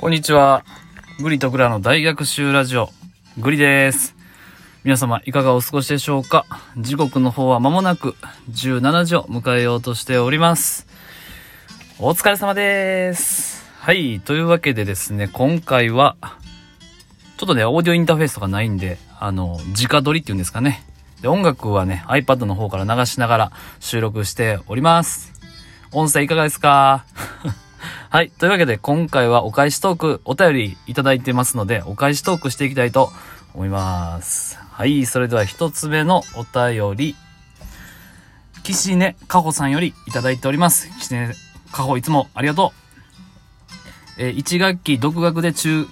こんにちは。グリとグラの大学習ラジオ、グリです。皆様いかがお過ごしでしょうか。時刻の方は間もなく17時を迎えようとしております。お疲れ様です。はい、というわけでですね、今回はちょっとね、オーディオインターフェースとかないんで、直撮りっていうんですかね。で、音楽はね、iPad の方から流しながら収録しております。音声いかがですか？はい。というわけで今回はお返しトーク、お便りいただいてますので、お返しトークしていきたいと思います。はい。それでは一つ目のお便り、岸根かほさんよりいただいております。岸根かほいつもありがとう。一時期独学で中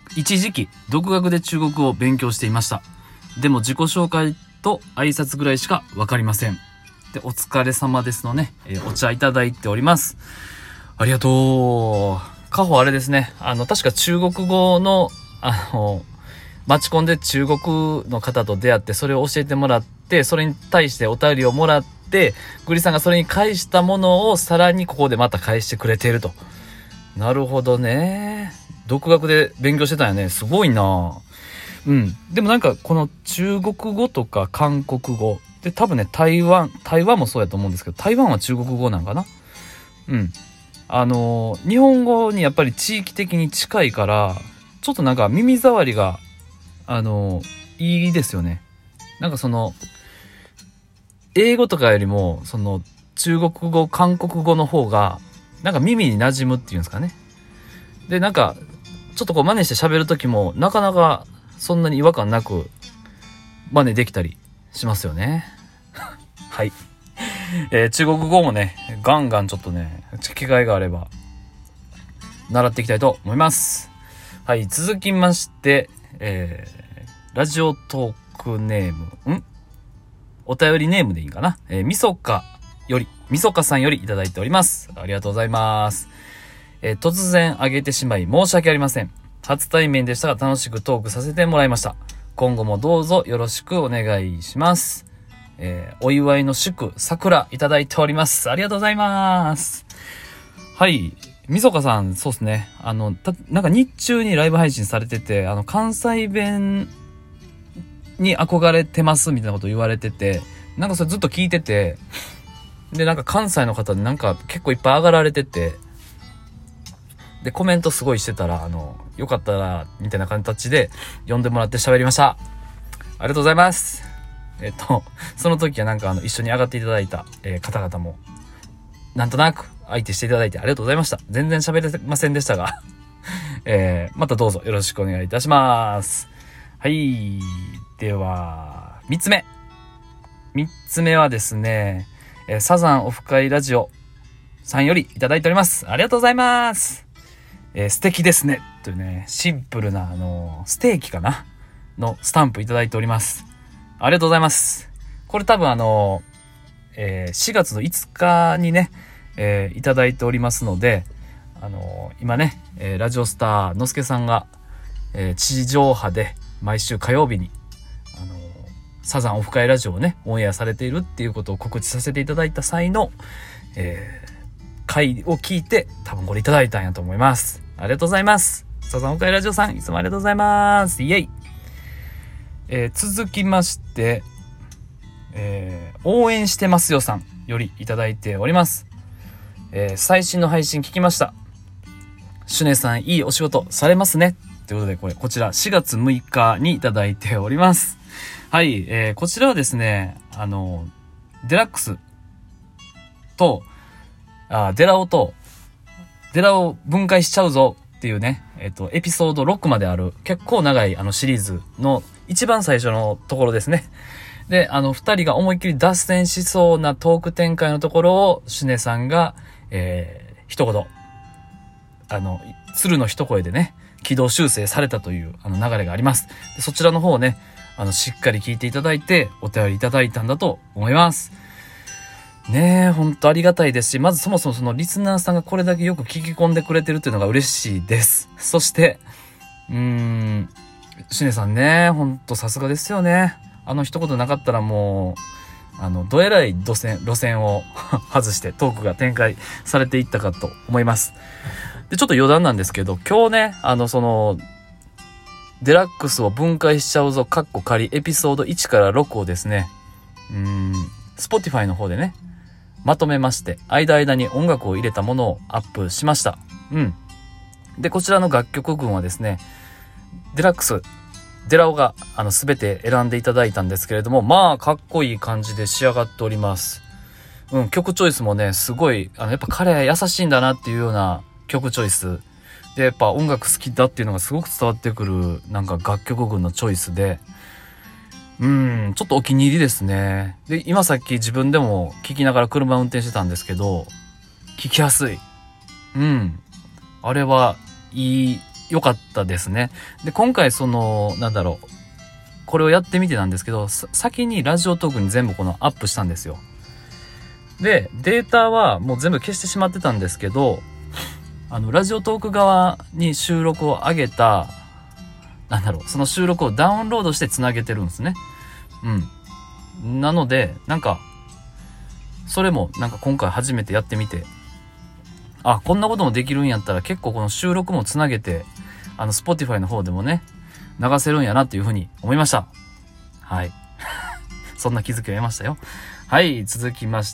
国を勉強していました。でも自己紹介と挨拶ぐらいしかわかりません。で、お疲れ様ですのね、お茶いただいております。ありがとう。かほあれですね。確か中国語の、マチコンで中国の方と出会って、それを教えてもらって、それに対してお便りをもらって、グリさんがそれに返したものをさらにここでまた返してくれていると。なるほどね。独学で勉強してたんやね。すごいな。うん。でもなんかこの中国語とか韓国語で、多分ね、台湾もそうやと思うんですけど、台湾は中国語なんかな。うん。日本語にやっぱり地域的に近いから、ちょっとなんか耳障りが、いいですよね。なんか英語とかよりも、中国語、韓国語の方が、なんか耳に馴染むっていうんですかね。で、なんか、ちょっとこう真似して喋るときも、なかなかそんなに違和感なく、真似できたりしますよね。はい。中国語もね、ガンガンちょっとね、機会があれば、習っていきたいと思います。はい、続きまして、ラジオトークネーム、お便りネームでいいかな。みそかさんよりいただいております。ありがとうございます。突然あげてしまい申し訳ありません。初対面でしたが楽しくトークさせてもらいました。今後もどうぞよろしくお願いします。お祝いの祝桜いただいております。ありがとうございます。はい。みそかさん、そうですね。なんか日中にライブ配信されてて、関西弁に憧れてますみたいなこと言われてて、なんかそれずっと聞いてて、で、なんか関西の方でなんか結構いっぱい上がられてて、で、コメントすごいしてたら、よかったら、みたいな形で呼んでもらって喋りました。ありがとうございます。その時はなんか一緒に上がっていただいた、方々も、なんとなく相手していただいてありがとうございました。全然喋れませんでしたが、またどうぞよろしくお願いいたします。はい。では、三つ目はですね、サザンオフ会ラジオさんよりいただいております。ありがとうございます。素敵ですね。というね、シンプルなステーキかなのスタンプいただいております。ありがとうございます。これ多分4月の5日にね、いただいておりますので、今ね、ラジオスターのすけさんが、地上波で毎週火曜日に、サザンオフ会ラジオをね、オンエアされているっていうことを告知させていただいた際の、回を聞いて、多分これいただいたんやと思います。ありがとうございます。サザンオフ会ラジオさん、いつもありがとうございます。イエイ。続きまして、応援してますよさんよりいただいております。最新の配信聞きました。シュネさんいいお仕事されますね。ということでこちら4月6日にいただいております。はい、こちらはですね、デラックスと、デラを分解しちゃうぞっていうね、エピソード6まである結構長いシリーズの一番最初のところですね。で、二人が思いっきり脱線しそうなトーク展開のところを、シュネさんが、一言、鶴の一声でね、軌道修正されたという流れがあります。でそちらの方をね、しっかり聞いていただいて、お便りいただいたんだと思います。ねえ、ほんとありがたいですし、まずそもそもそのリスナーさんがこれだけよく聞き込んでくれてるっていうのが嬉しいです。そして、シュネさんね、ほんとさすがですよね。一言なかったらもう、どえらい路線を外してトークが展開されていったかと思います。 で、ちょっと余談なんですけど、今日ね、デラックスを分解しちゃうぞ、カッコ仮エピソード1から6をですね、Spotify の方でね、まとめまして、間に音楽を入れたものをアップしました。で、こちらの楽曲群はですね、デラオがすべて選んでいただいたんですけれども、まあかっこいい感じで仕上がっております。曲チョイスもね、すごいやっぱ彼優しいんだなっていうような曲チョイスで、やっぱ音楽好きだっていうのがすごく伝わってくるなんか楽曲群のチョイスで、ちょっとお気に入りですね。で、今さっき自分でも聴きながら車運転してたんですけど、聴きやすい。あれは良かったですね。で、今回これをやってみてなんですけど、先にラジオトークに全部アップしたんですよ。で、データはもう全部消してしまってたんですけど、ラジオトーク側に収録を上げた、その収録をダウンロードしてつなげてるんですね。なので、それも今回初めてやってみて、こんなこともできるんやったら結構この収録もつなげて、Spotify の方でもね、流せるんやなっていうふうに思いました。はい。そんな気づきを得ましたよ。はい、続きまして、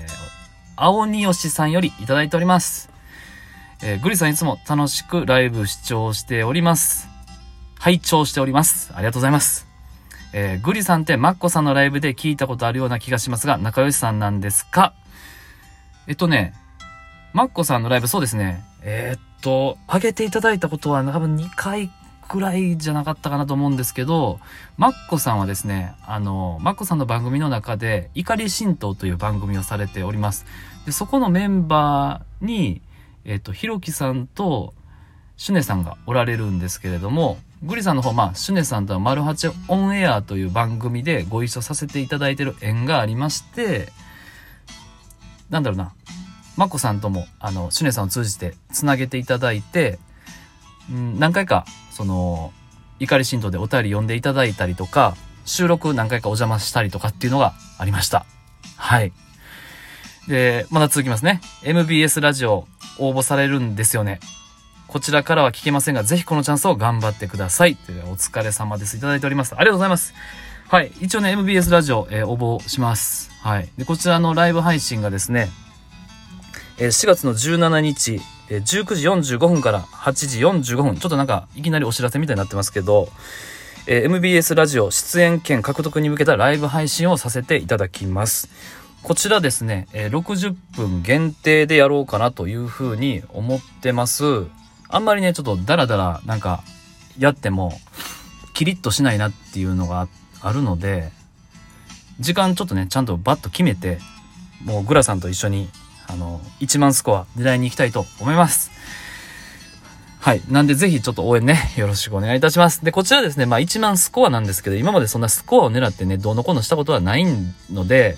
青によしさんよりいただいております。グリさんいつも楽しくライブ視聴しております。拝聴しております。ありがとうございます。グリさんってマッコさんのライブで聞いたことあるような気がしますが、仲良しさんなんですか？マッコさんのライブ、そうですね。上げていただいたことは多分2回くらいじゃなかったかなと思うんですけど、マッコさんはですね、マッコさんの番組の中で、怒り神道という番組をされております。で、そこのメンバーに、ひろきさんとシュネさんがおられるんですけれども、グリさんの方、シュネさんとはマルハチオンエアという番組でご一緒させていただいている縁がありまして、マッコさんとも、シュネさんを通じてつなげていただいて、何回か、怒り神道でお便り読んでいただいたりとか、収録何回かお邪魔したりとかっていうのがありました。はい。で、まだ続きますね。MBS ラジオ応募されるんですよね。こちらからは聞けませんが、ぜひこのチャンスを頑張ってください。というお疲れ様です。いただいております。ありがとうございます。はい。一応ね、MBS ラジオ、応募します。はい。で、こちらのライブ配信がですね、4月の17日、19時45分から8時45分。ちょっといきなりお知らせみたいになってますけど、MBS ラジオ出演権獲得に向けたライブ配信をさせていただきます。こちらですね、60分限定でやろうかなというふうに思ってます。あんまりね、ちょっとダラダラやってもキリッとしないなっていうのがあるので、時間ちょっとね、ちゃんとバッと決めて、もうグラさんと一緒に1万スコア狙いに行きたいと思います。はい。なんでぜひちょっと応援ね、よろしくお願いいたします。で、こちらですね、1万スコアなんですけど、今までそんなスコアを狙ってね、どうのこうのしたことはないので、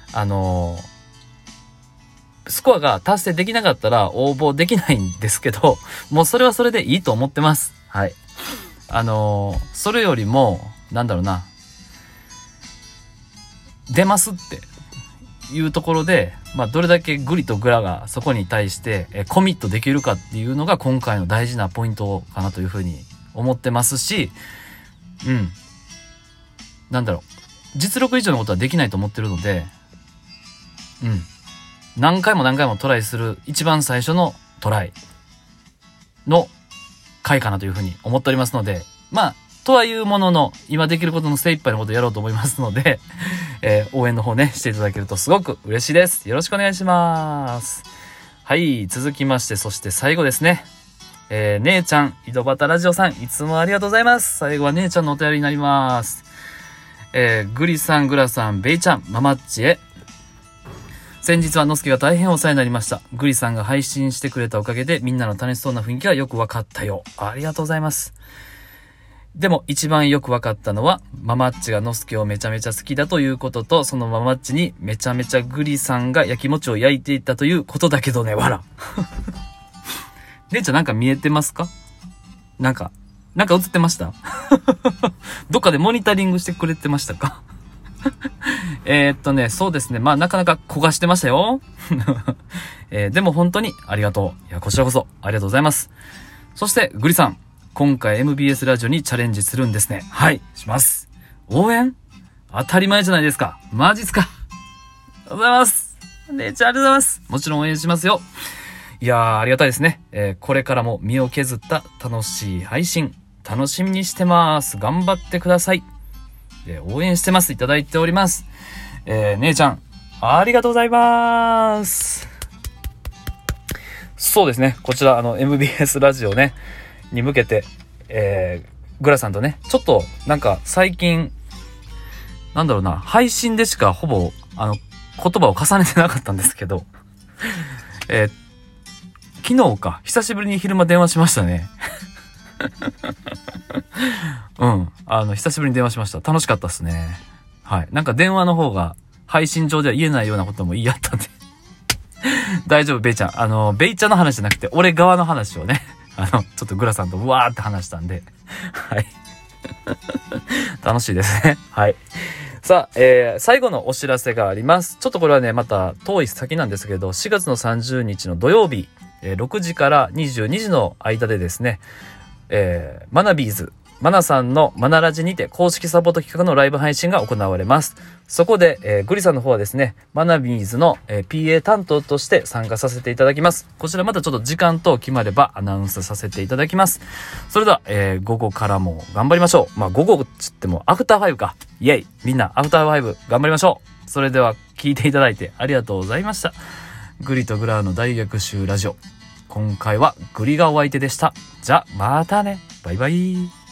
スコアが達成できなかったら応募できないんですけど、もうそれはそれでいいと思ってます。はい。それよりも、出ますっていうところで、どれだけグリとグラがそこに対してコミットできるかっていうのが今回の大事なポイントかなというふうに思ってますし、実力以上のことはできないと思ってるので、何回もトライする一番最初のトライの回かなというふうに思っておりますので、とはいうものの、今できることの精一杯のことをやろうと思いますので、応援の方ね、していただけるとすごく嬉しいです。よろしくお願いします。はい、続きまして、そして最後ですね。姉ちゃん、井戸端ラジオさん、いつもありがとうございます。最後は姉ちゃんのお便りになります。グリさん、グラさん、ベイちゃん、ママッチへ。先日はのすけが大変お世話になりました。グリさんが配信してくれたおかげでみんなの楽しそうな雰囲気がよくわかったよ。ありがとうございます。でも一番よくわかったのはママッチがのすけをめちゃめちゃ好きだということと、そのママッチにめちゃめちゃグリさんが焼き餅を焼いていったということだけどね、わら。姉ちゃん見えてますか？映ってました？どっかでモニタリングしてくれてましたか？ そうですね。まあ、なかなか焦がしてましたよ。でも本当にありがとう。いや、こちらこそありがとうございます。そして、グリさん。今回 MBS ラジオにチャレンジするんですね。はい、します。応援当たり前じゃないですか。マジっすか。ありがとうございます。姉ちゃんありがとうございます。もちろん応援しますよ。いやー、ありがたいですね。これからも身を削った楽しい配信、楽しみにしてます。頑張ってください。応援してます。いただいております。姉ちゃん、ありがとうございます。そうですね。こちら、MBS ラジオね、に向けて、グラさんとね、ちょっと、なんか、最近、なんだろうな、配信でしかほぼ、言葉を重ねてなかったんですけど、昨日か、久しぶりに昼間電話しましたね。うん。久しぶりに電話しました。楽しかったっすね。はい。なんか電話の方が、配信上では言えないようなことも言い合ったんで。大丈夫、ベイちゃん。ベイちゃんの話じゃなくて、俺側の話をね、ちょっとグラさんとわーって話したんで、はい。楽しいですね。はい。さあ、最後のお知らせがあります。ちょっとこれはね、また遠い先なんですけど、4月の30日の土曜日、6時から22時の間でですね、マナビーズ、マナさんのマナラジにて公式サポート企画のライブ配信が行われます。そこで、グリさんの方はですね、マナビーズの、PA 担当として参加させていただきます。こちらまたちょっと時間と決まればアナウンスさせていただきます。それでは、午後からも頑張りましょう。まあ午後っつってもアフターファイブか。イェイ、みんなアフターファイブ頑張りましょう。それでは聞いていただいてありがとうございました。グリとグラの大逆襲ラジオ。今回はグリがお相手でした。じゃ、またね。バイバイ。